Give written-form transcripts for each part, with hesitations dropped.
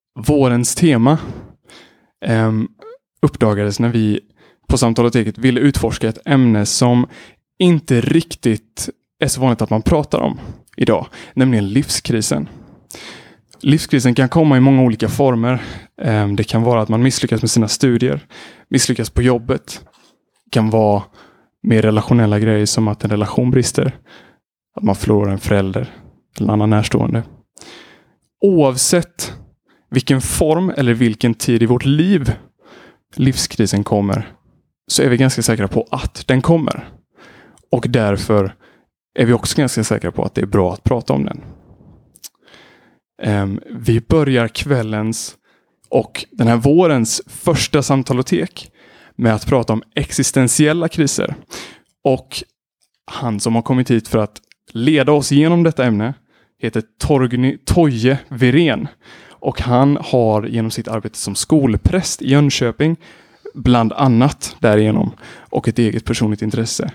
Vårens tema uppdagades när vi på Samtaloteket ville utforska ett ämne som inte riktigt är så vanligt att man pratar om idag, nämligen livskrisen. Livskrisen kan komma i många olika former. Det kan vara att man misslyckas med sina studier, misslyckas på jobbet. Det kan vara mer relationella grejer som att en relation brister, att man förlorar en förälder eller en annan närstående. Oavsett vilken form eller vilken tid i vårt liv livskrisen kommer, så är vi ganska säkra på att den kommer. Och därför är vi också ganska säkra på att det är bra att prata om den. Vi börjar kvällens och den här vårens första Samtalotek med att prata om existentiella kriser. Och han som har kommit hit för att leda oss igenom detta ämne heter Toje Wirén. Och han har genom sitt arbete som skolpräst i Jönköping, bland annat därigenom, och ett eget personligt intresse,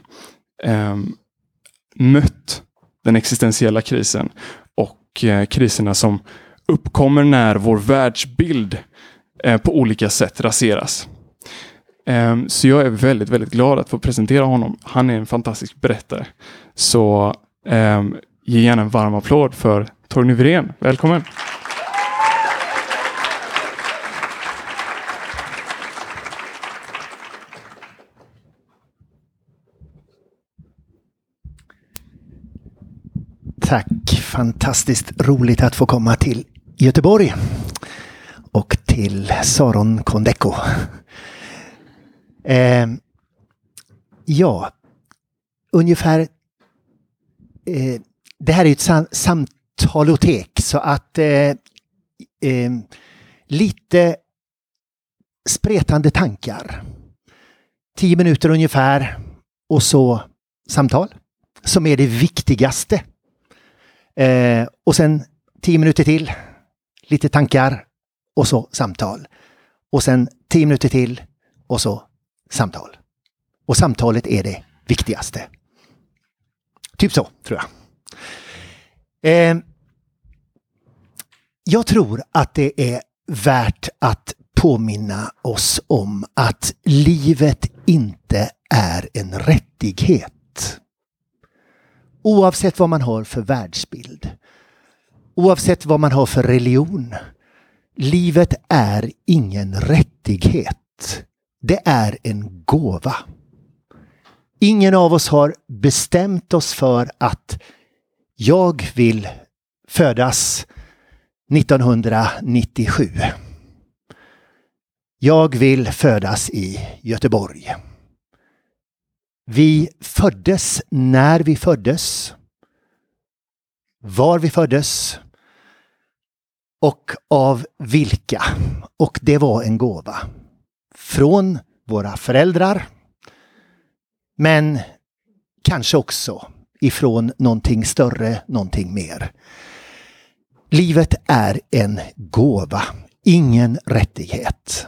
mött den existentiella krisen och kriserna som uppkommer när vår världsbild på olika sätt raseras. Så jag är väldigt, väldigt glad att få presentera honom. Han är en fantastisk berättare. Så ge gärna en varm applåd för Toje Wirén. Välkommen! Tack, fantastiskt roligt att få komma till Göteborg och till Saron Kondeko. Ungefär det här är ett samtalotek, så att lite spretande tankar. 10 minuter ungefär och så samtal som är det viktigaste. Och sen 10 minuter till, lite tankar och så samtal. Och sen 10 minuter till och så samtal. Och samtalet är det viktigaste. Typ så, tror jag. Jag tror att det är värt att påminna oss om att livet inte är en rättighet. Oavsett vad man har för världsbild, oavsett vad man har för religion, livet är ingen rättighet. Det är en gåva. Ingen av oss har bestämt oss för att jag vill födas 1997. Jag vill födas i Göteborg. Vi föddes när vi föddes, var vi föddes och av vilka. Och det var en gåva från våra föräldrar, men kanske också ifrån någonting större, någonting mer. Livet är en gåva, ingen rättighet.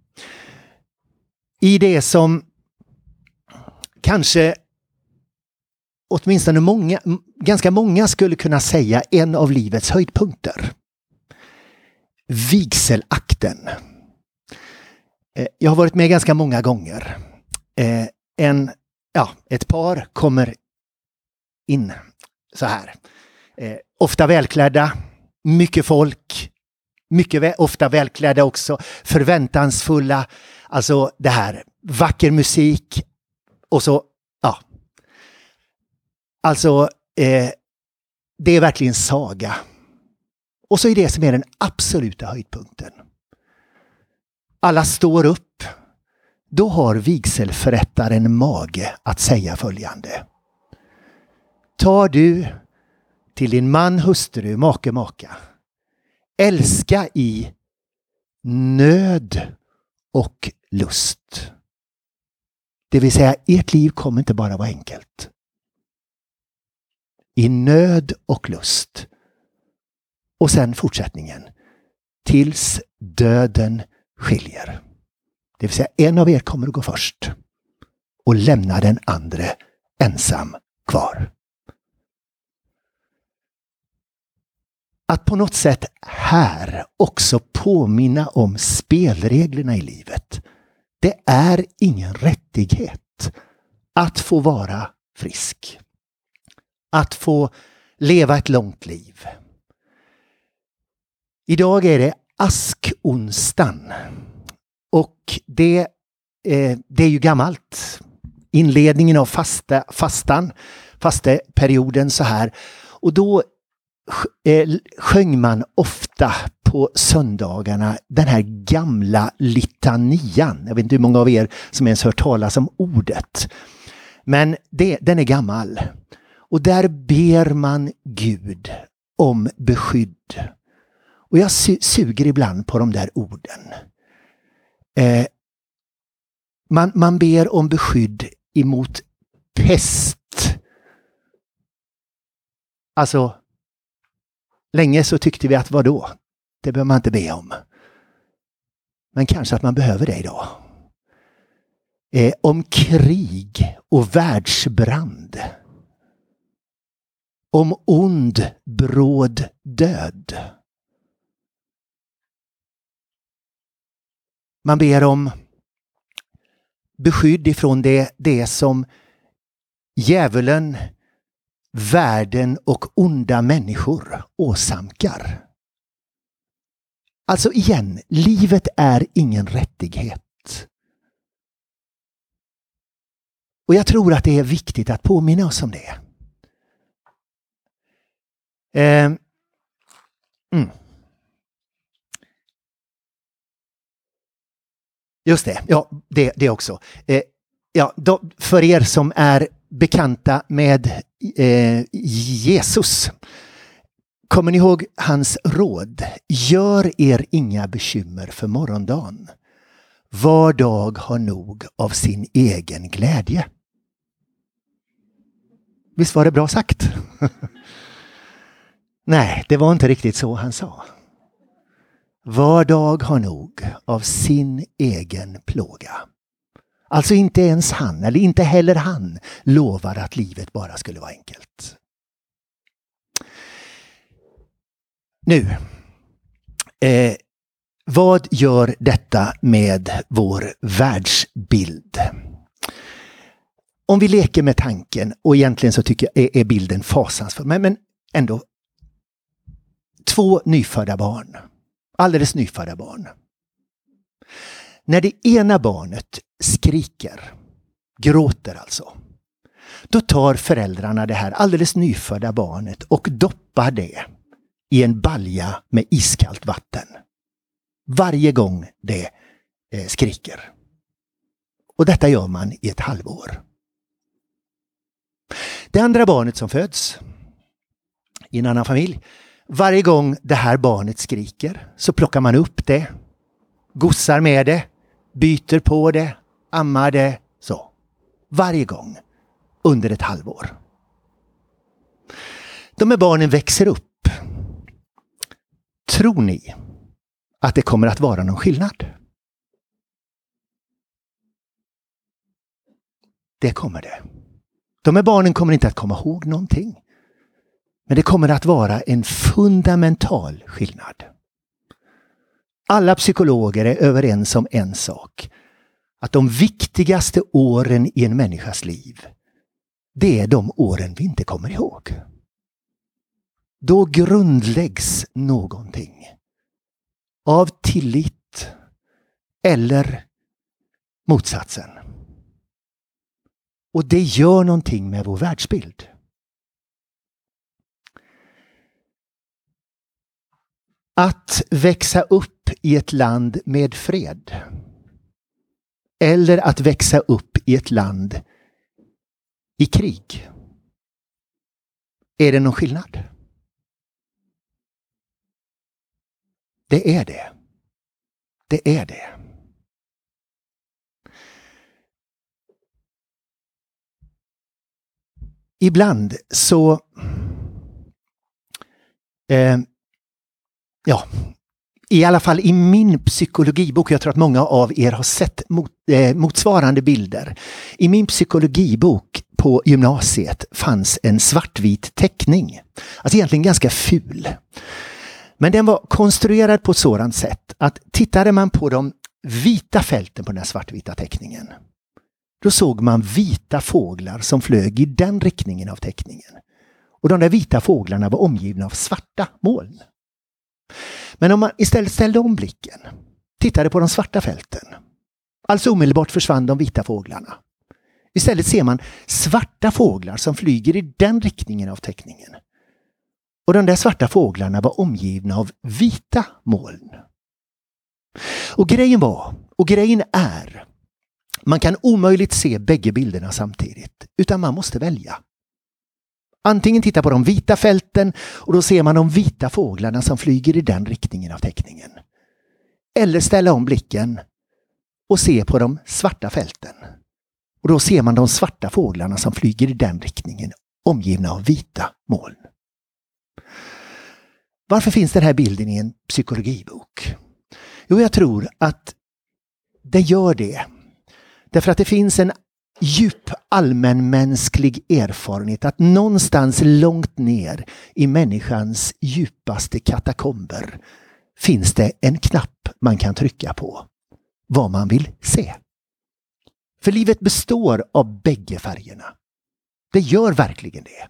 I det som kanske åtminstone ganska många skulle kunna säga en av livets höjdpunkter. Vigselakten. Jag har varit med ganska många gånger. Ett par kommer in så här. Ofta välklädda, mycket folk, ofta välklädda också, förväntansfulla. Alltså det här, vacker musik. Och så, Alltså, det är verkligen saga. Och så är det som är den absoluta höjdpunkten. Alla står upp. Då har vigselförrättaren mage att säga följande. Tar du till din man, hustru, make, maka. Älska i nöd och lust. Det vill säga, ert liv kommer inte bara vara enkelt. I nöd och lust. Och sen fortsättningen. Tills döden skiljer. Det vill säga, en av er kommer att gå först. Och lämna den andra ensam kvar. Att på något sätt här också påminna om spelreglerna i livet. Det är ingen rättighet att få vara frisk. Att få leva ett långt liv. Idag är det askonsdagen. Och det är ju gammalt. Inledningen av fasteperioden så här. Och då sjöng man ofta på söndagarna den här gamla litanian. Jag vet inte hur många av er som ens hört talas om ordet. Men den är gammal. Och där ber man Gud om beskydd. Och jag suger ibland på de där orden. Man ber om beskydd emot pest. Alltså, länge så tyckte vi att vadå? Det behöver man inte be om. Men kanske att man behöver det idag. Om krig och världsbrand. Om ond, bråd död. Man ber om beskydd ifrån det som djävulen, världen och onda människor åsamkar. Alltså igen, livet är ingen rättighet. Och jag tror att det är viktigt att påminna oss om det. Just det, ja, det också. För er som är bekanta med Jesus. Kommer ni ihåg hans råd? Gör er inga bekymmer för morgondagen. Var dag har nog av sin egen glädje. Visst var det bra sagt? Nej, det var inte riktigt så han sa. Var dag har nog av sin egen plåga. Alltså inte ens han, eller inte heller han, lovar att livet bara skulle vara enkelt. Nu, vad gör detta med vår världsbild? Om vi leker med tanken, och egentligen så tycker jag är bilden fasansfull, men ändå 2 nyfödda barn. Alldeles nyfödda barn. När det ena barnet skriker, gråter alltså, då tar föräldrarna det här alldeles nyfödda barnet och doppar det i en balja med iskallt vatten. Varje gång det skriker. Och detta gör man i ett halvår. Det andra barnet som föds i en annan familj, varje gång det här barnet skriker så plockar man upp det, gossar med det, byter på det, ammar det, så. Varje gång under ett halvår. De här barnen växer upp. Tror ni att det kommer att vara någon skillnad? Det kommer det. De här barnen kommer inte att komma ihåg någonting. Men det kommer att vara en fundamental skillnad. Alla psykologer är överens om en sak. Att de viktigaste åren i en människas liv, det är de åren vi inte kommer ihåg. Då grundläggs någonting. Av tillit eller motsatsen. Och det gör någonting med vår världsbild. Att växa upp i ett land med fred. Eller att växa upp i ett land i krig. Är det någon skillnad? Det är det. Det är det. Ibland så i alla fall i min psykologibok, jag tror att många av er har sett motsvarande bilder. I min psykologibok på gymnasiet fanns en svartvit teckning. Alltså egentligen ganska ful. Men den var konstruerad på ett sådant sätt att tittade man på de vita fälten på den här svartvita teckningen, då såg man vita fåglar som flög i den riktningen av teckningen. Och de där vita fåglarna var omgivna av svarta moln. Men om man istället ställde om blicken, tittade på de svarta fälten, alltså omedelbart försvann de vita fåglarna. Istället ser man svarta fåglar som flyger i den riktningen av teckningen. Och de där svarta fåglarna var omgivna av vita moln. Och grejen är, man kan omöjligt se bägge bilderna samtidigt, utan man måste välja. Antingen titta på de vita fälten och då ser man de vita fåglarna som flyger i den riktningen av teckningen. Eller ställa om blicken och se på de svarta fälten. Och då ser man de svarta fåglarna som flyger i den riktningen, omgivna av vita moln. Varför finns den här bilden i en psykologibok? Jo, jag tror att det gör det. Därför att det finns en djup allmänmänsklig erfarenhet att någonstans långt ner i människans djupaste katakomber finns det en knapp man kan trycka på. Vad man vill se. För livet består av bägge färgerna. Det gör verkligen det.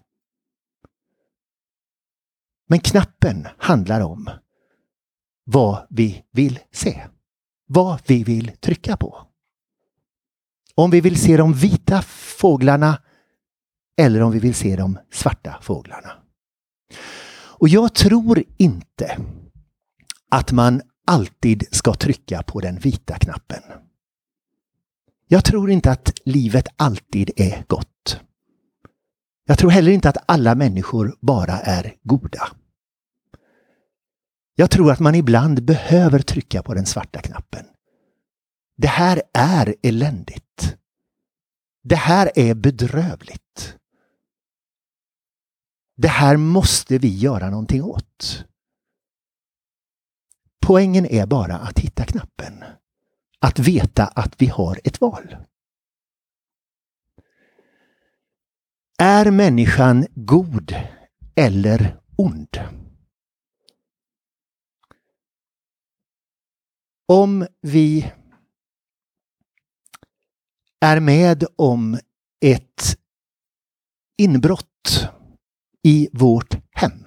Men knappen handlar om vad vi vill se. Vad vi vill trycka på. Om vi vill se de vita fåglarna eller om vi vill se de svarta fåglarna. Och jag tror inte att man alltid ska trycka på den vita knappen. Jag tror inte att livet alltid är gott. Jag tror heller inte att alla människor bara är goda. Jag tror att man ibland behöver trycka på den svarta knappen. Det här är eländigt. Det här är bedrövligt. Det här måste vi göra någonting åt. Poängen är bara att hitta knappen. Att veta att vi har ett val. Är människan god eller ond? Om vi är med om ett inbrott i vårt hem.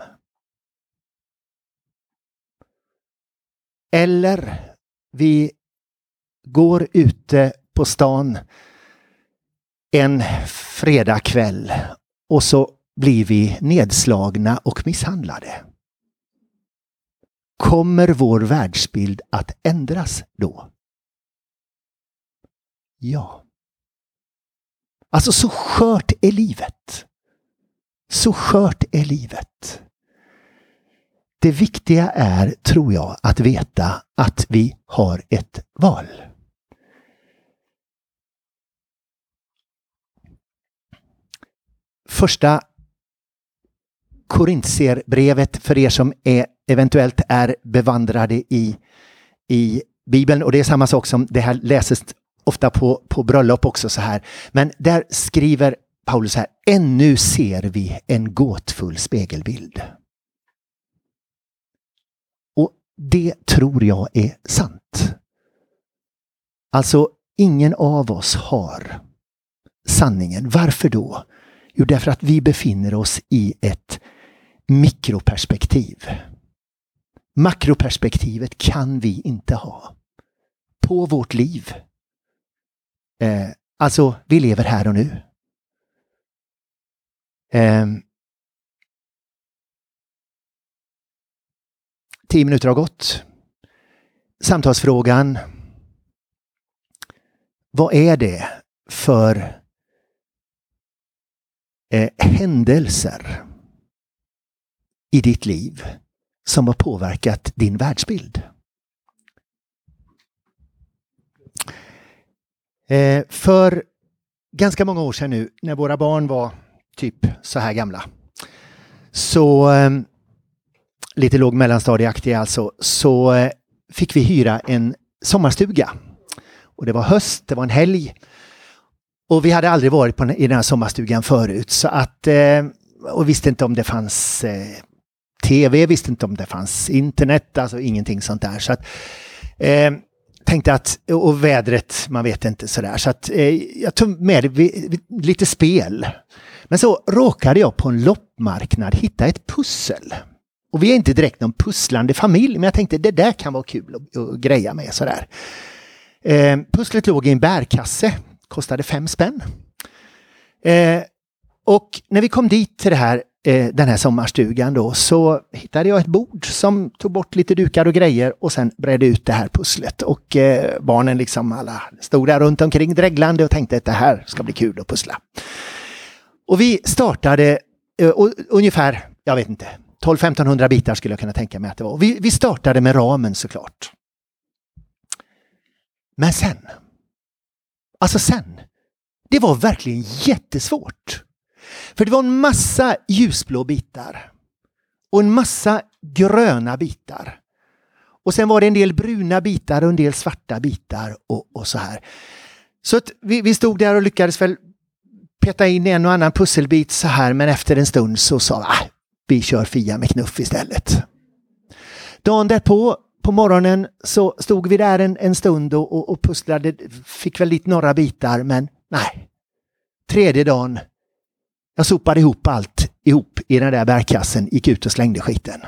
Eller vi går ute på stan en fredagkväll och så blir vi nedslagna och misshandlade. Kommer vår världsbild att ändras då? Ja. Alltså så skört är livet. Så skört är livet. Det viktiga är, tror jag, att veta att vi har ett val. Första Korintierbrevet, för er som eventuellt är bevandrade i Bibeln, och det är samma sak som det här läses ofta på bröllop också så här. Men där skriver Paulus här: ännu ser vi en gåtfull spegelbild. Och det tror jag är sant. Alltså ingen av oss har sanningen. Varför då? Jo, därför att vi befinner oss i ett mikroperspektiv. Makroperspektivet kan vi inte ha på vårt liv. Alltså, vi lever här och nu. 10 minuter har gått. Samtalsfrågan: vad är det för händelser i ditt liv som har påverkat din världsbild? För ganska många år sedan nu, när våra barn var typ så här gamla, så lite låg mellanstadieaktiga alltså, så fick vi hyra en sommarstuga. Och det var höst, det var en helg. Och vi hade aldrig varit i den här sommarstugan förut, så att, och visste inte om det fanns tv, visste inte om det fanns internet, alltså ingenting sånt där. Så att, tänkte att, och vädret, man vet inte sådär. Så att jag tog med lite spel. Men så råkade jag på en loppmarknad hitta ett pussel. Och vi är inte direkt någon pusslande familj, men jag tänkte det där kan vara kul att greja med sådär. Pusslet låg i en bärkasse, kostade 5 spänn. Och när vi kom dit till den här sommarstugan då, så hittade jag ett bord som tog bort lite dukar och grejer och sen bredde ut det här pusslet. Och barnen liksom alla stod där runt omkring dreglande och tänkte att det här ska bli kul att pussla. Och vi startade ungefär, jag vet inte, 1200-1500 bitar skulle jag kunna tänka mig att det var. Vi startade med ramen såklart. Men sen, det var verkligen jättesvårt. För det var en massa ljusblå bitar och en massa gröna bitar. Och sen var det en del bruna bitar och en del svarta bitar och så här. Så att vi stod där och lyckades väl peta in en och annan pusselbit så här, men efter en stund så sa vi kör Fia med knuff istället. Dagen därpå på morgonen så stod vi där en stund och pusslade, fick väl lite några bitar, men nej. Tredje dagen, jag sopade ihop allt i den där bärkassen, gick ut och slängde skiten.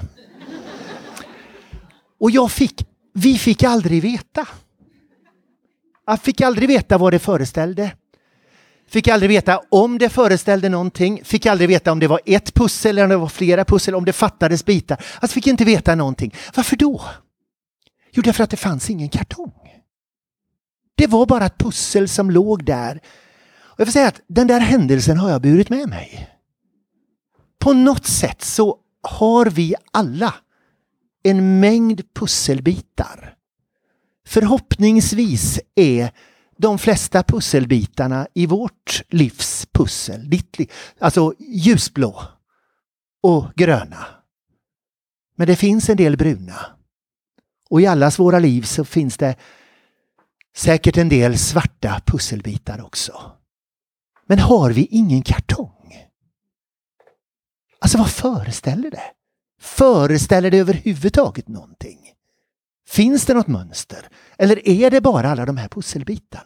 Och vi fick aldrig veta. Jag fick aldrig veta vad det föreställde. Fick aldrig veta om det föreställde någonting. Fick aldrig veta om det var ett pussel eller om det var flera pussel, om det fattades bitar. Alltså fick inte veta någonting. Varför då? Jo, därför att det fanns ingen kartong. Det var bara ett pussel som låg där. Och jag får säga att den där händelsen har jag burit med mig. På något sätt så har vi alla en mängd pusselbitar. Förhoppningsvis är de flesta pusselbitarna i vårt livs pussel, alltså ljusblå och gröna. Men det finns en del bruna. Och i allas våra liv så finns det säkert en del svarta pusselbitar också. Men har vi ingen kartong? Alltså vad föreställer det? Föreställer det överhuvudtaget någonting? Finns det något mönster? Eller är det bara alla de här pusselbitarna?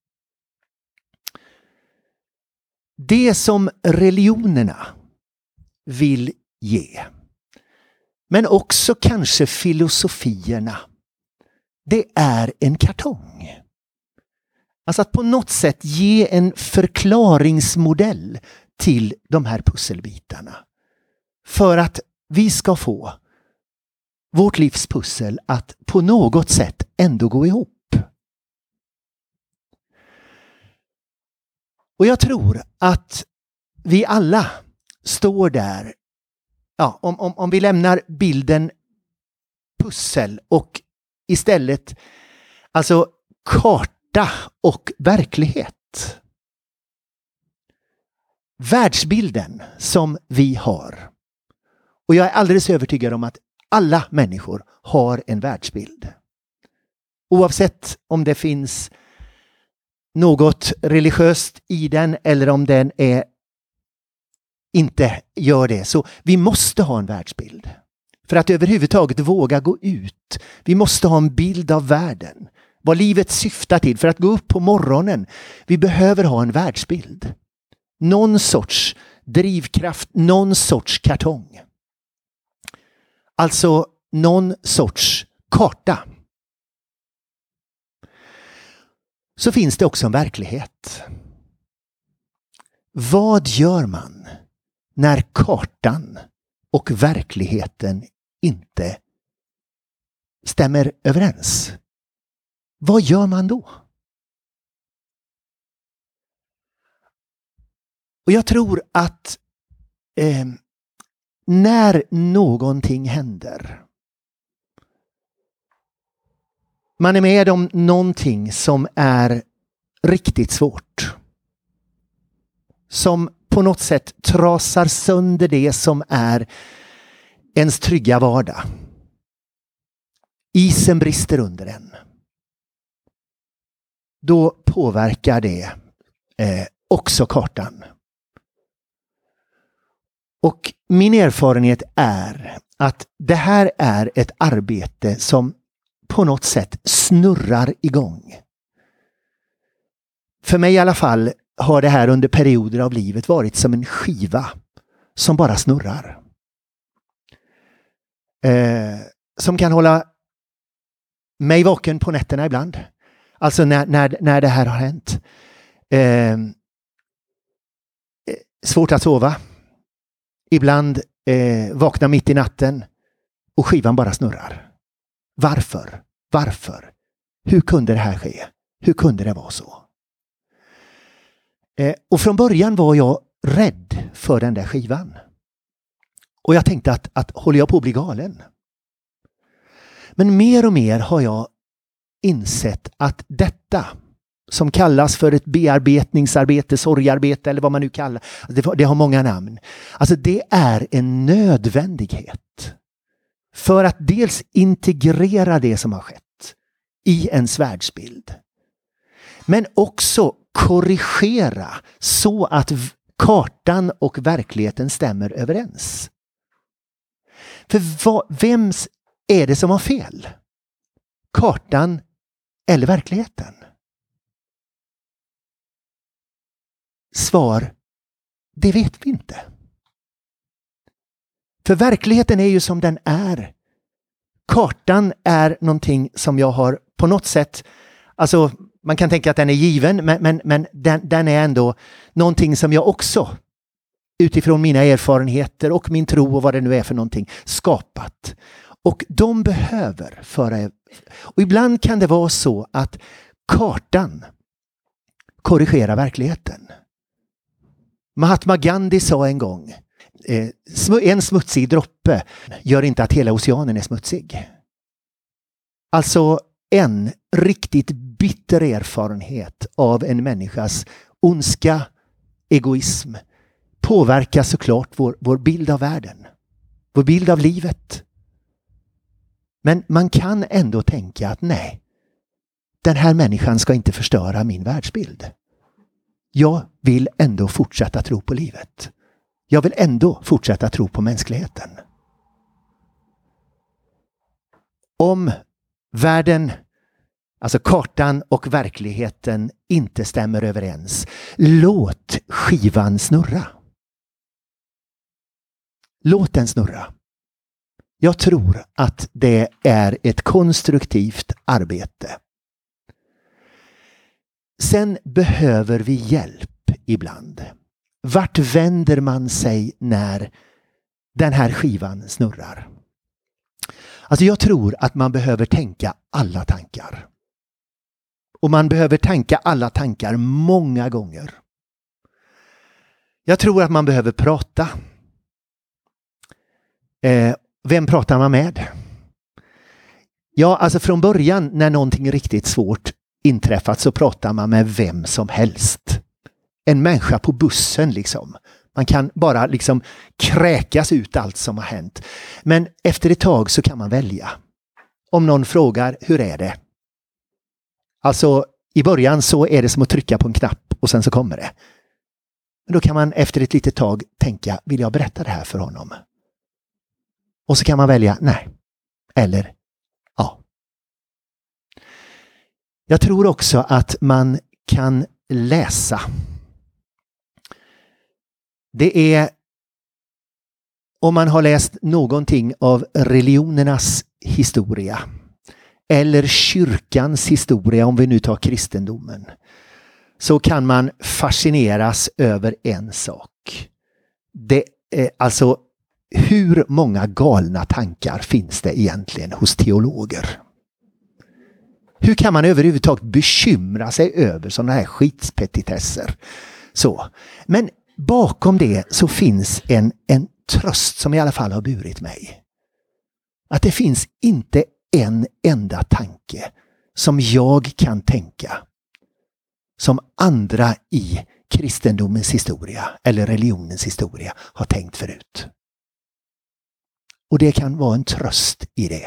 Det som religionerna vill ge, men också kanske filosofierna, det är en kartong. Alltså att på något sätt ge en förklaringsmodell till de här pusselbitarna. För att vi ska få vårt livs pussel att på något sätt ändå gå ihop. Och jag tror att vi alla står där, om vi lämnar bilden pussel och istället alltså karta och verklighet. Världsbilden som vi har. Och jag är alldeles övertygad om att alla människor har en världsbild. Oavsett om det finns något religiöst i den eller om den inte gör det. Så vi måste ha en världsbild. För att överhuvudtaget våga gå ut. Vi måste ha en bild av världen. Vad livet syftar till. För att gå upp på morgonen. Vi behöver ha en världsbild. Någon sorts drivkraft. Någon sorts kartong. Alltså någon sorts karta. Så finns det också en verklighet. Vad gör man när kartan och verkligheten inte stämmer överens? Vad gör man då? Och jag tror att när någonting händer, man är med om någonting som är riktigt svårt, som på något sätt trasar sönder det som är ens trygga vardag. Isen brister under en. Då påverkar det också kartan. Och min erfarenhet är att det här är ett arbete som på något sätt snurrar igång. För mig i alla fall har det här under perioder av livet varit som en skiva som bara snurrar. Som kan hålla mig vaken på nätterna ibland. Alltså när det här har hänt. Svårt att sova. Ibland vakna mitt i natten och skivan bara snurrar. Varför? Varför? Hur kunde det här ske? Hur kunde det vara så? Och från början var jag rädd för den där skivan. Och jag tänkte att håller jag på att bli galen? Men mer och mer har jag insett att detta som kallas för ett bearbetningsarbete, sorgarbete eller vad man nu kallar det har många namn. Alltså det är en nödvändighet för att dels integrera det som har skett i ens världsbild. Men också korrigera så att kartan och verkligheten stämmer överens. För vems är det som har fel? Kartan eller verkligheten? Svar, det vet vi inte. För verkligheten är ju som den är. Kartan är någonting som jag har på något sätt, alltså man kan tänka att den är given, men den är ändå någonting som jag också utifrån mina erfarenheter och min tro och vad det nu är för någonting skapat. Och de behöver föra. Och ibland kan det vara så att kartan korrigerar verkligheten. Mahatma Gandhi sa en gång, en smutsig droppe gör inte att hela oceanen är smutsig. Alltså en riktigt bitter erfarenhet av en människas ondska, egoism påverkar såklart vår bild av världen, vår bild av livet. Men man kan ändå tänka att nej, den här människan ska inte förstöra min världsbild. Jag vill ändå fortsätta tro på livet. Jag vill ändå fortsätta tro på mänskligheten. Om världen, alltså kartan och verkligheten inte stämmer överens, låt skivan snurra. Låt den snurra. Jag tror att det är ett konstruktivt arbete. Sen behöver vi hjälp ibland. Vart vänder man sig när den här skivan snurrar? Alltså jag tror att man behöver tänka alla tankar. Och man behöver tänka alla tankar många gånger. Jag tror att man behöver prata. Vem pratar man med? Ja, alltså från början när någonting riktigt svårt inträffat så pratar man med vem som helst. En människa på bussen liksom. Man kan bara liksom kräkas ut allt som har hänt. Men efter ett tag så kan man välja. Om någon frågar, hur är det? Alltså i början så är det som att trycka på en knapp och sen så kommer det. Men då kan man efter ett litet tag tänka, vill jag berätta det här för honom? Och så kan man välja nej. Eller ja. Jag tror också att man kan läsa. Det är om man har läst någonting av religionernas historia eller kyrkans historia, om vi nu tar kristendomen, så kan man fascineras över en sak. Det är alltså hur många galna tankar finns det egentligen hos teologer? Hur kan man överhuvudtaget bekymra sig över sådana här skitspetitesser? Så. Men bakom det så finns en tröst som i alla fall har burit mig. Att det finns inte en enda tanke som jag kan tänka som andra i kristendomens historia eller religionens historia har tänkt förut. Och det kan vara en tröst i det.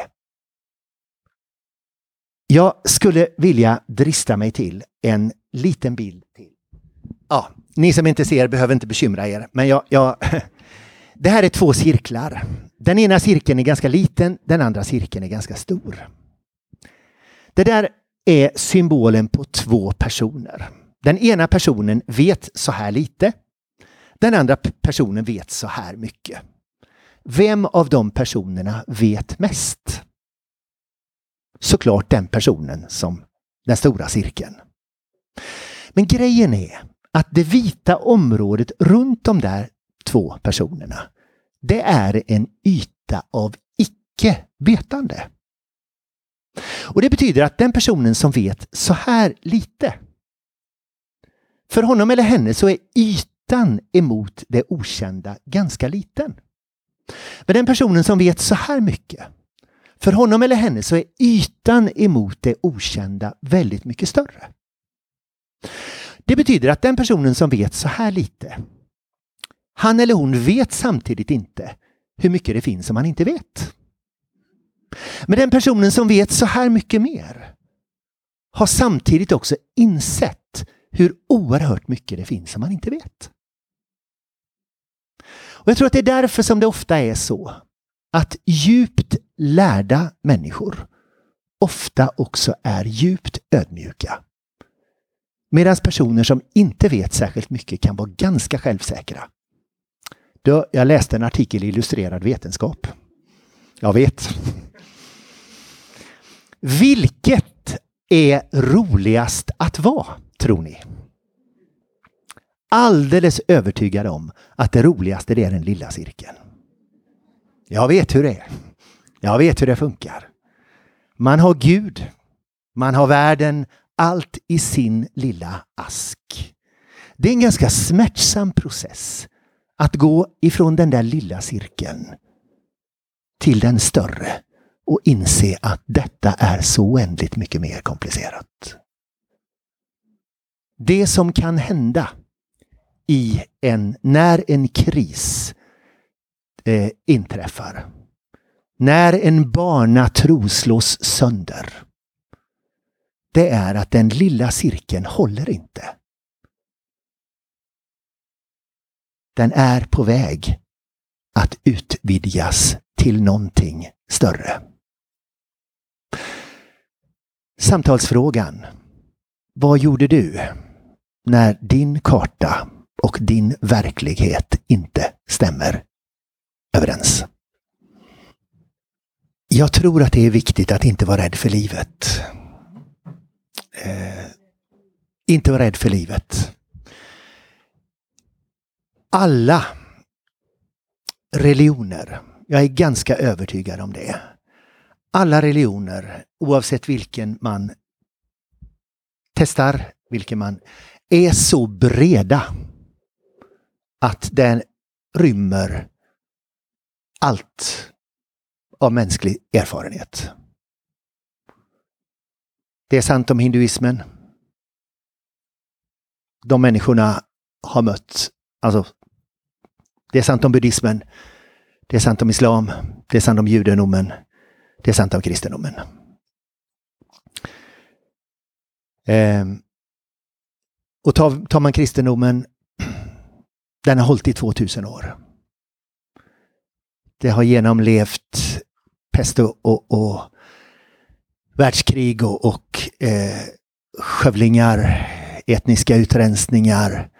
Jag skulle vilja drista mig till en liten bild till. Ja, ni som inte ser behöver inte bekymra er. Men det här är 2 cirklar. Den ena cirkeln är ganska liten, den andra cirkeln är ganska stor. Det där är symbolen på två personer. Den ena personen vet så här lite. Den andra personen vet så här mycket. Vem av de personerna vet mest? Såklart den personen som den stora cirkeln. Men grejen är att det vita området runt de där två personerna, det är en yta av icke-vetande. Och det betyder att den personen som vet så här lite, för honom eller henne så är ytan emot det okända ganska liten. Men den personen som vet så här mycket, för honom eller henne så är ytan emot det okända väldigt mycket större. Det betyder att den personen som vet så här lite, han eller hon vet samtidigt inte hur mycket det finns som man inte vet. Men den personen som vet så här mycket mer har samtidigt också insett hur oerhört mycket det finns som man inte vet. Och jag tror att det är därför som det ofta är så att djupt lärda människor ofta också är djupt ödmjuka. Medan personer som inte vet särskilt mycket kan vara ganska självsäkra. Jag läste en artikel i Illustrerad vetenskap. Jag vet. Vilket är roligast att vara, tror ni? Alldeles övertygad om att det roligaste är den lilla cirkeln. Jag vet hur det är. Jag vet hur det funkar. Man har Gud. Man har världen. Allt i sin lilla ask. Det är en ganska smärtsam process att gå ifrån den där lilla cirkeln till den större och inse att detta är så oändligt mycket mer komplicerat. Det som kan hända när en kris inträffar, när en barnatro slås sönder, det är att den lilla cirkeln håller inte. Den är på väg att utvidgas till någonting större. Samtalsfrågan. Vad gjorde du när din karta och din verklighet inte stämmer överens? Jag tror att det är viktigt att inte vara rädd för livet. Inte vara rädd för livet. Alla religioner, jag är ganska övertygad om det. Alla religioner, oavsett vilken man testar, vilken man är så breda att den rymmer allt av mänsklig erfarenhet. Det är sant om hinduismen. De människorna har mött, det är sant om buddhismen, det är sant om islam, det är sant om judendomen, det är sant om kristendomen. Och tar man kristendomen, den har hållit i 2000 år. Det har genomlevt pest och världskrig och skövlingar, etniska utrensningar,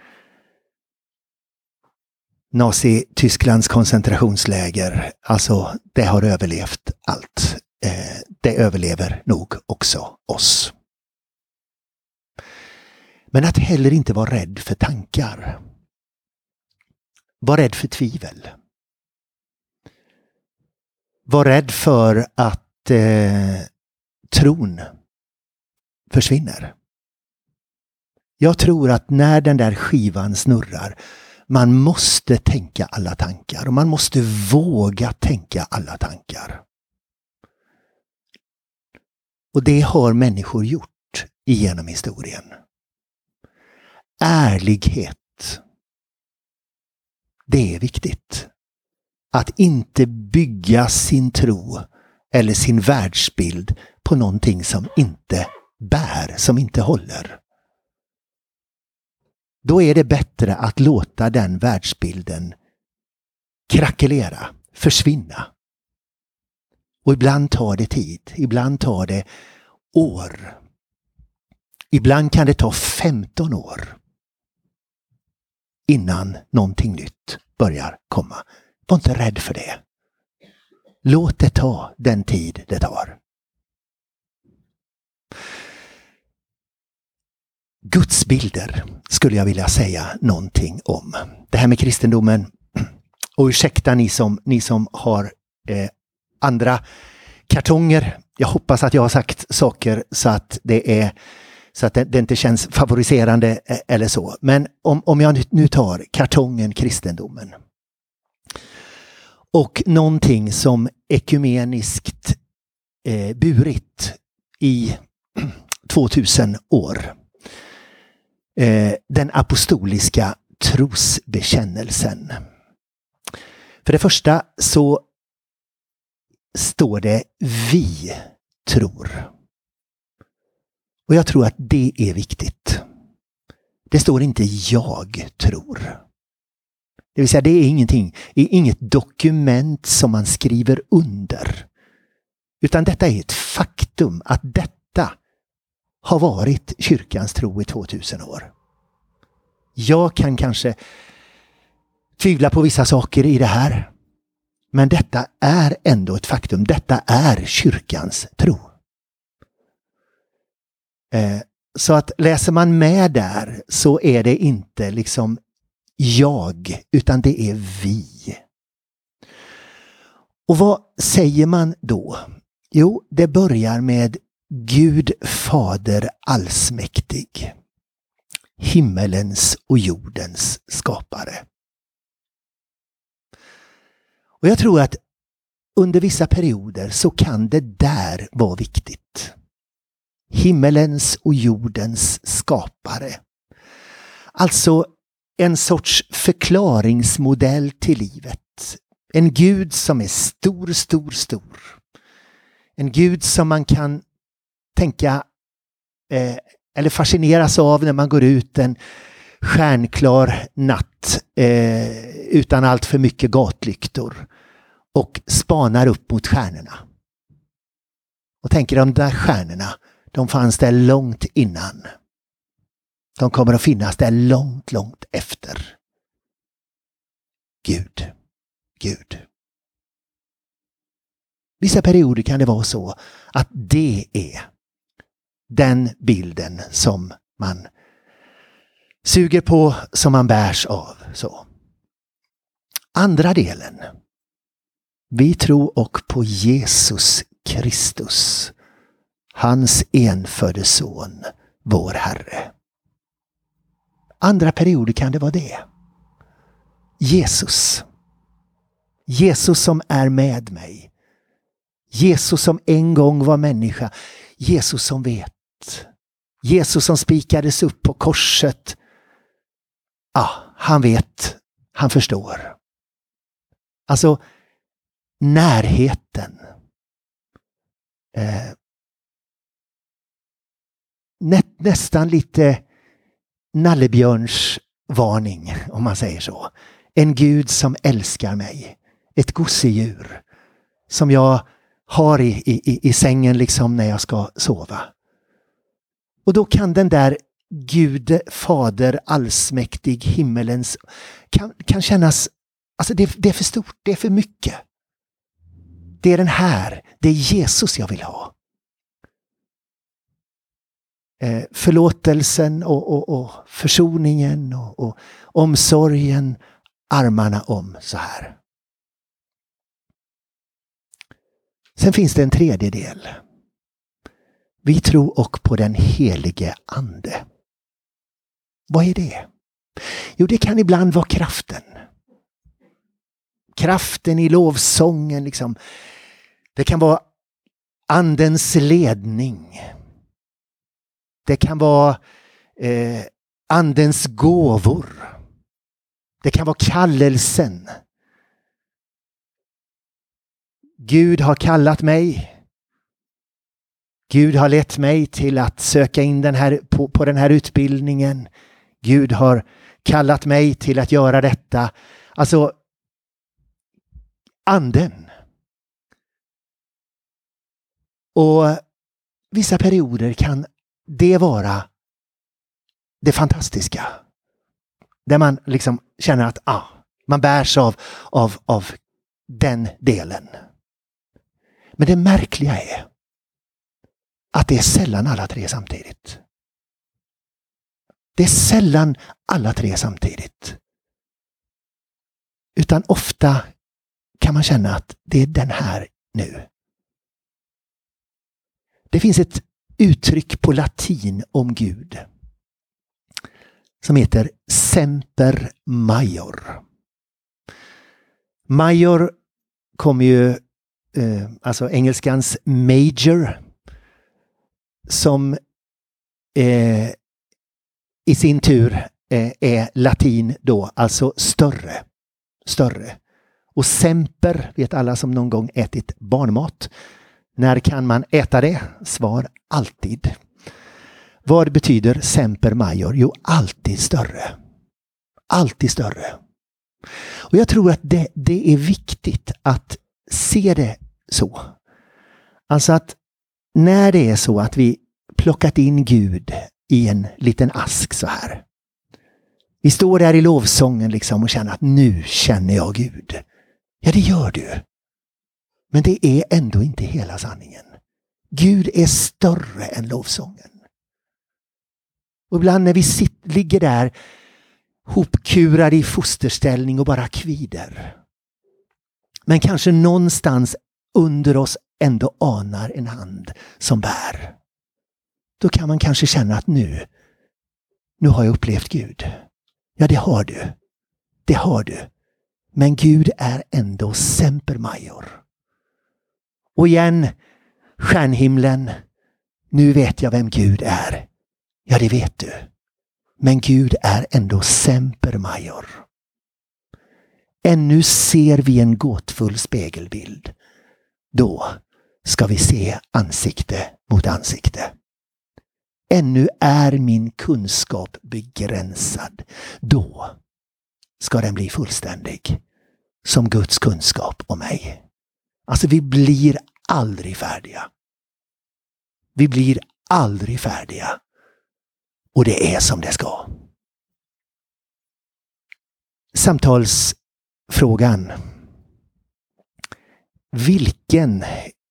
Nazi-Tysklands koncentrationsläger. Alltså, det har överlevt allt. Det överlever nog också oss. Men att heller inte vara rädd för tankar. Var rädd för tvivel. Var rädd för att tron försvinner. Jag tror att när den där skivan snurrar, man måste tänka alla tankar och man måste våga tänka alla tankar. Och det har människor gjort genom historien. Ärlighet. Det är viktigt. Att inte bygga sin tro eller sin världsbild på någonting som inte bär, som inte håller. Då är det bättre att låta den världsbilden krackelera, försvinna. Och ibland tar det tid. Ibland tar det år. Ibland kan det ta 15 år innan någonting nytt börjar komma. Var inte rädd för det. Låt det ta den tid det tar. Guds bilder skulle jag vilja säga någonting om. Det här med kristendomen. Och ursäkta ni som har andra kartonger. Jag hoppas att jag har sagt saker så att det inte känns favoriserande eller så. Men om jag nu tar kartongen kristendomen. Och någonting som ekumeniskt burit i 2000 år. Den apostoliska trosbekännelsen. För det första så står det vi tror. Och jag tror att det är viktigt. Det står inte jag tror. Det vill säga det är inget dokument som man skriver under. Utan detta är ett faktum att detta har varit kyrkans tro i 2000 år. Jag kan kanske tvivla på vissa saker i det här. Men detta är ändå ett faktum. Detta är kyrkans tro. Så att läser man med där så är det inte liksom jag utan det är vi. Och vad säger man då? Jo, det börjar med Gud Fader allsmäktig. Himmelens och jordens skapare. Och jag tror att under vissa perioder så kan det där vara viktigt. Himmelens och jordens skapare. Alltså en sorts förklaringsmodell till livet. En Gud som är stor, stor, stor. En Gud som man kan tänka eller fascineras av när man går ut en stjärnklar natt utan allt för mycket gatlyktor och spanar upp mot stjärnorna. Och tänker de där stjärnorna, de fanns där långt innan. De kommer att finnas där långt, långt efter. Gud. Vissa perioder kan det vara så att det är den bilden som man suger på, som man bärs av. Så. Andra delen. Vi tror och på Jesus Kristus, hans enfödde son, vår Herre. Andra perioder kan det vara det. Jesus som är med mig. Jesus som en gång var människa. Jesus som vet. Jesus som spikades upp på korset. Han vet. Han förstår. Alltså närheten. Nästan lite nallebjörns varning, om man säger så. En Gud som älskar mig. Ett gosedjur som jag har i sängen liksom när jag ska sova. Och då kan den där Gud, Fader, allsmäktig, himmelens kan kännas, alltså det är för stort, det är för mycket. Det är det är Jesus jag vill ha. Förlåtelsen och försoningen och omsorgen, armarna om så här. Sen finns det en tredje del. Vi tror och på den helige ande. Vad är det? Jo, det kan ibland vara kraften. Kraften i lovsången liksom. Det kan vara andens ledning. Det kan vara andens gåvor. Det kan vara kallelsen. Gud har kallat mig. Gud har lett mig till att söka in på den här utbildningen. Gud har kallat mig till att göra detta. Alltså anden. Och vissa perioder kan det vara det fantastiska. Där man liksom känner att man bärs av den delen. Men det märkliga är att det är sällan alla tre samtidigt. Det är sällan alla tre samtidigt. Utan ofta kan man känna att det är den här nu. Det finns ett uttryck på latin om Gud som heter semper major. Major kommer ju, alltså engelskans major, som i sin tur är latin då, alltså större. Och semper vet alla som någon gång ätit barnmat. När kan man äta det? Svar: alltid. Vad betyder semper major? Jo, alltid större. Alltid större. Och jag tror att det är viktigt att se det så. Alltså att när det är så att vi plockat in Gud i en liten ask så här. Vi står där i lovsången liksom och känner att nu känner jag Gud. Ja, det gör du. Men det är ändå inte hela sanningen. Gud är större än lovsången. Och ibland när vi ligger där hopkurade i fosterställning och bara kvider. Men kanske någonstans under oss ändå anar en hand som bär. Då kan man kanske känna att nu har jag upplevt Gud. Ja, det har du. Det har du. Men Gud är ändå semper major. Och igen, stjärnhimlen. Nu vet jag vem Gud är. Ja, det vet du. Men Gud är ändå semper major. Ännu ser vi en gåtfull spegelbild. Då ska vi se ansikte mot ansikte. Ännu är min kunskap begränsad. Då ska den bli fullständig. Som Guds kunskap om mig. Alltså vi blir aldrig färdiga. Vi blir aldrig färdiga. Och det är som det ska. Samtalsfrågan. Vilken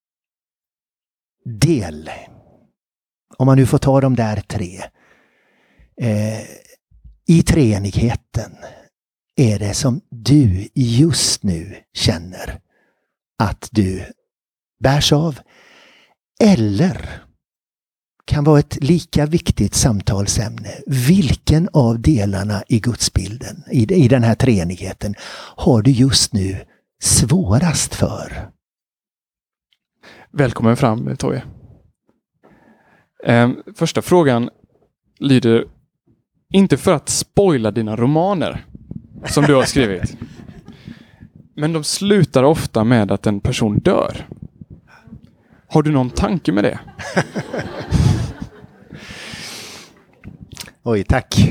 del, om man nu får ta de där tre, i treenigheten är det som du just nu känner att du bärs av, eller kan vara ett lika viktigt samtalsämne. Vilken av delarna i gudsbilden, i den här treenigheten, har du just nu svårast för? Välkommen fram, Toje. Första frågan lyder: inte för att spoila dina romaner som du har skrivit. Men de slutar ofta med att en person dör. Har du någon tanke med det? Oj, tack.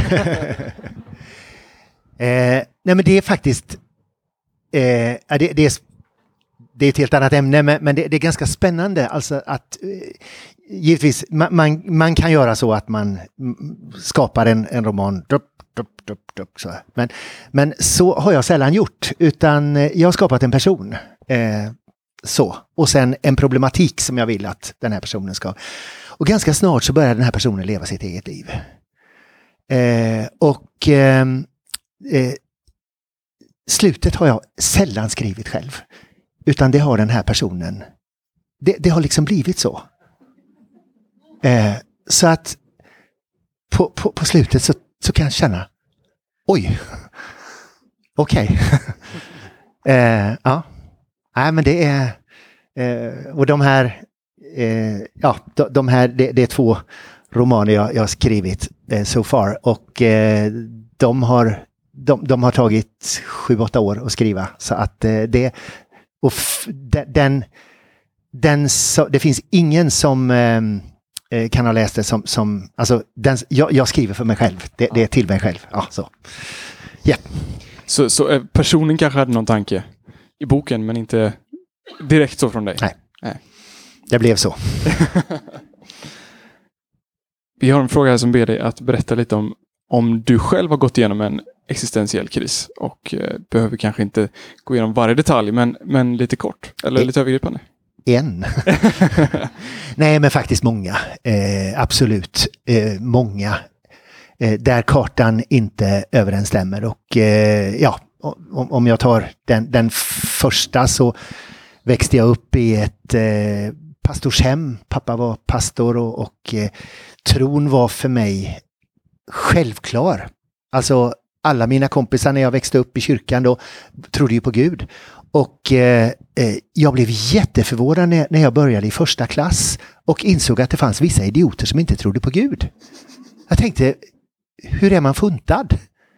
Nej, men det är faktiskt det är ett helt annat ämne, men det är ganska spännande. Alltså att givetvis man kan göra så att man skapar en roman så. Men så har jag sällan gjort, utan jag har skapat en person så, och sen en problematik som jag vill att den här personen ska, och ganska snart så börjar den här personen leva sitt eget liv. Slutet har jag sällan skrivit själv, utan det har den här personen, det har liksom blivit så. Så att på slutet så kan jag känna, oj, okej. Ja. Nej, men det är och de här det är 2 romaner jag har skrivit so far, och de har tagit 7-8 år att skriva, så att det och det finns ingen som kan ha läst det som alltså jag skriver för mig själv. Det är till mig själv. Ja, så. Yeah. Så personen kanske hade någon tanke i boken, men inte direkt så från dig. Nej. Det blev så. Vi har en fråga här som ber dig att berätta lite om du själv har gått igenom en existentiell kris och behöver kanske inte gå igenom varje detalj, men lite kort eller lite övergripande. En. Nej, men faktiskt många. Absolut. Många. Där kartan inte överensstämmer. Och om jag tar den första, så växte jag upp i ett pastorshem. Pappa var pastor och tron var för mig självklar. Alltså alla mina kompisar när jag växte upp i kyrkan då trodde ju på Gud. Och jag blev jätteförvånad när jag började i första klass och insåg att det fanns vissa idioter som inte trodde på Gud. Jag tänkte, hur är man funtad?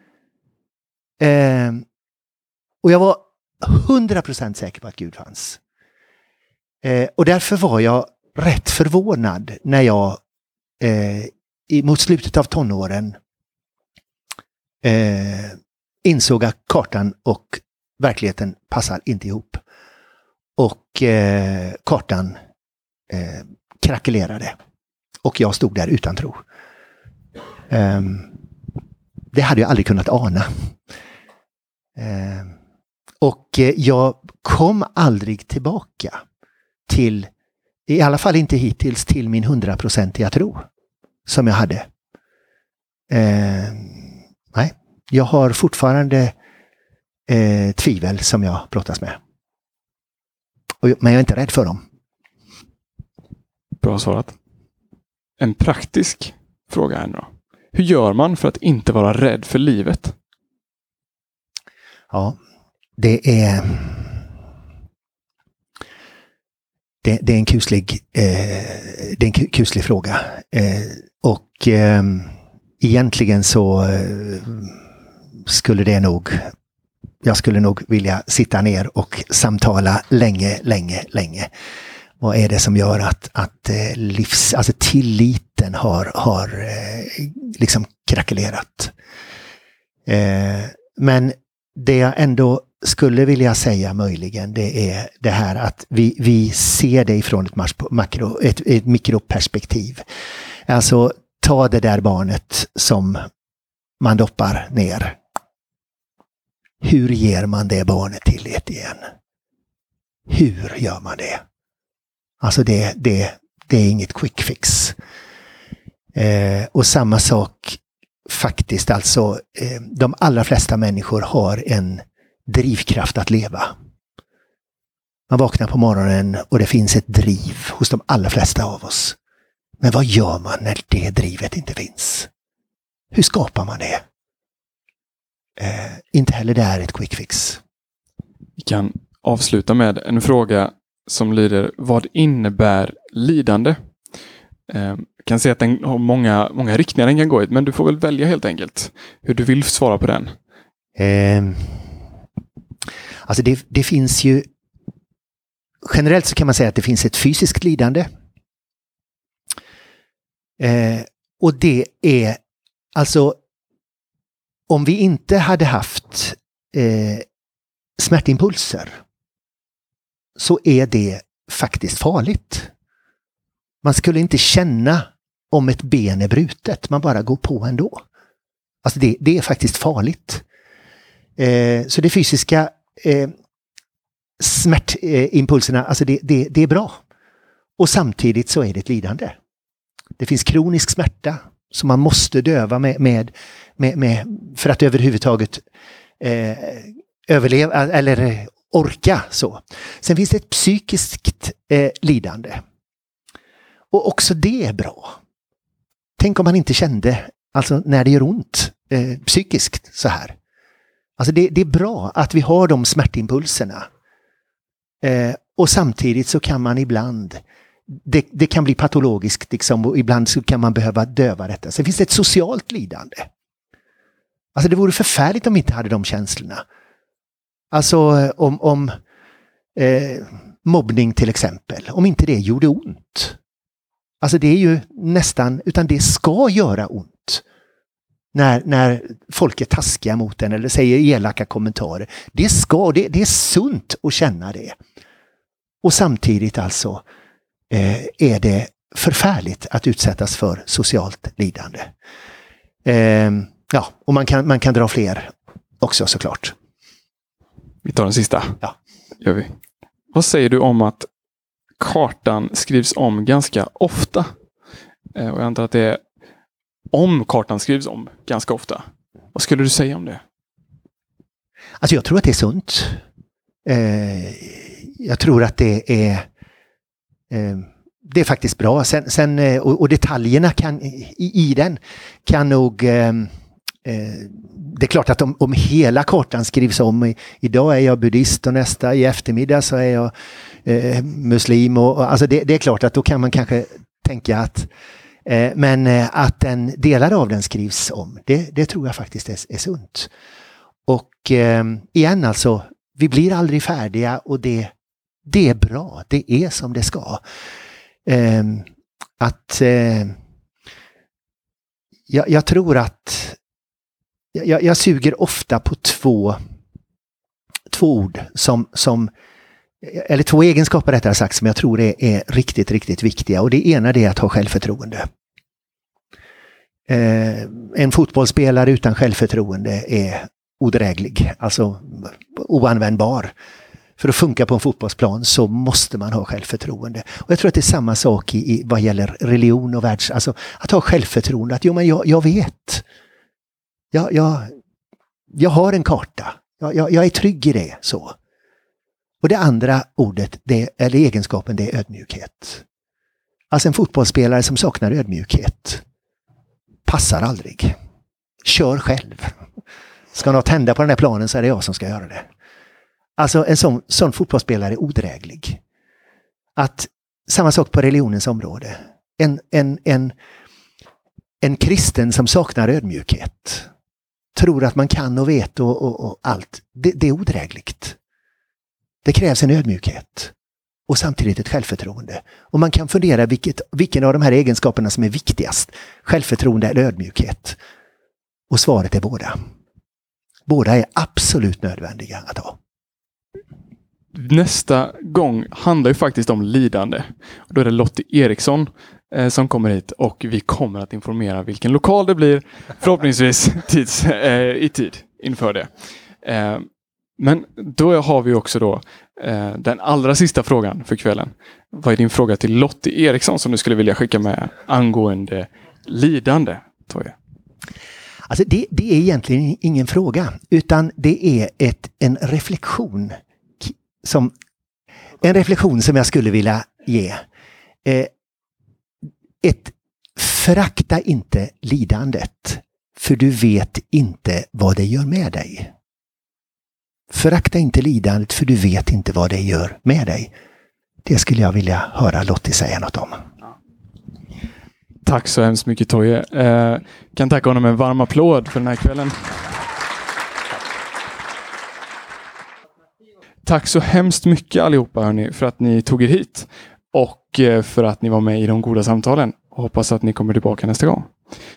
Och jag var 100% säker på att Gud fanns. Och därför var jag rätt förvånad när jag mot slutet av tonåren insåg att kartan och verkligheten passar inte ihop. Och kartan krackelerade. Och jag stod där utan tro. Det hade jag aldrig kunnat ana. Och jag kom aldrig tillbaka till, i alla fall inte hittills, till min 100-procentiga tro som jag hade. Nej, jag har fortfarande tvivel som jag brottas med. Men jag är inte rädd för dem. Bra svarat. En praktisk fråga här då. Hur gör man för att inte vara rädd för livet? Ja, det är en kuslig fråga. Och egentligen så jag skulle nog vilja sitta ner och samtala länge. Vad är det som gör att alltså tilliten har liksom krackelerat? Men det jag ändå skulle vilja säga möjligen, det är det här att vi ser det ifrån ett mikroperspektiv. Alltså ta det där barnet som man doppar ner. Hur ger man det barnet tillit igen? Hur gör man det? Alltså det är inget quick fix. Och samma sak faktiskt, alltså de allra flesta människor har en drivkraft att leva. Man vaknar på morgonen och det finns ett driv hos de allra flesta av oss. Men vad gör man när det drivet inte finns? Hur skapar man det? Inte heller det är ett quick fix. Vi kan avsluta med en fråga som lyder: vad innebär lidande? Jag kan se att den har många riktningar den kan gå i, men du får väl välja helt enkelt hur du vill svara på den. Alltså det finns ju, generellt så kan man säga att det finns ett fysiskt lidande. Och det är alltså, om vi inte hade haft smärtimpulser så är det faktiskt farligt. Man skulle inte känna om ett ben är brutet, man bara går på ändå. Alltså det är faktiskt farligt. Så det fysiska smärtimpulserna, alltså det är bra. Och samtidigt så är det ett lidande. Det finns kronisk smärta som man måste döva med för att överhuvudtaget överleva eller orka så. Sen finns det ett psykiskt lidande. Och också det är bra. Tänk om man inte kände, alltså när det gör ont psykiskt så här. Alltså det är bra att vi har de smärtimpulserna. Och samtidigt så kan man ibland, det kan bli patologiskt liksom, och ibland så kan man behöva döva detta. Sen finns det ett socialt lidande. Alltså det vore förfärligt om vi inte hade de känslorna. Alltså om mobbning till exempel, om inte det gjorde ont. Alltså det är ju nästan, utan det ska göra ont. när folk är taskiga mot en eller säger elaka kommentarer. Det är sunt att känna det. Och samtidigt alltså är det förfärligt att utsättas för socialt lidande. Ja, och man kan dra fler också såklart. Vi tar den sista. Ja. Gör vi. Vad säger du om att kartan skrivs om ganska ofta? Och jag antar att det är om kartan skrivs om ganska ofta. Vad skulle du säga om det? Alltså jag tror att det är sunt. Jag tror att det är faktiskt bra. Sen, och detaljerna i den kan nog... det är klart att om hela kartan skrivs om, idag är jag buddhist och nästa i eftermiddag så är jag muslim. Och alltså det är klart att då kan man kanske tänka att men att delar av den skrivs om, det tror jag faktiskt är sunt. Och igen alltså, vi blir aldrig färdiga och det är bra, det är som det ska. Jag tror att jag suger ofta på två ord som eller två egenskaper rättare sagt som jag tror är riktigt, riktigt viktiga. Och det ena är att ha självförtroende. En fotbollsspelare utan självförtroende är odräglig, alltså oanvändbar. För att funka på en fotbollsplan så måste man ha självförtroende. Och jag tror att det är samma sak i vad gäller religion och världs... Alltså att ha självförtroende, att jag vet. Jag har en karta. Jag är trygg i det. Så. Och det andra ordet, eller egenskapen, det är ödmjukhet. Alltså en fotbollsspelare som saknar ödmjukhet passar aldrig. Kör själv. Ska något hända på den här planen så är det jag som ska göra det. Alltså en sån fotbollsspelare är odräglig. Att samma sak på religionens område. En kristen som saknar ödmjukhet tror att man kan och vet och allt. Det är odrägligt. Det krävs en ödmjukhet och samtidigt ett självförtroende. Och man kan fundera vilken av de här egenskaperna som är viktigast. Självförtroende eller ödmjukhet. Och svaret är båda. Båda är absolut nödvändiga att ha. Nästa gång handlar ju faktiskt om lidande. Då är det Lottie Eriksson som kommer hit och vi kommer att informera vilken lokal det blir. Förhoppningsvis i tid inför det. Men då har vi också då den allra sista frågan för kvällen. Vad är din fråga till Lottie Eriksson som du skulle vilja skicka med angående lidande, Toje? Alltså det är egentligen ingen fråga, utan det är en reflektion som jag skulle vilja ge. Förakta inte lidandet, för du vet inte vad det gör med dig. Förakta inte lidandet, för du vet inte vad det gör med dig. Det skulle jag vilja höra Lottie säga något om. Tack så hemskt mycket, Toje. Kan tacka honom med en varm applåd för den här kvällen. Tack så hemskt mycket allihopa hörni, för att ni tog er hit och för att ni var med i de goda samtalen. Hoppas att ni kommer tillbaka nästa gång.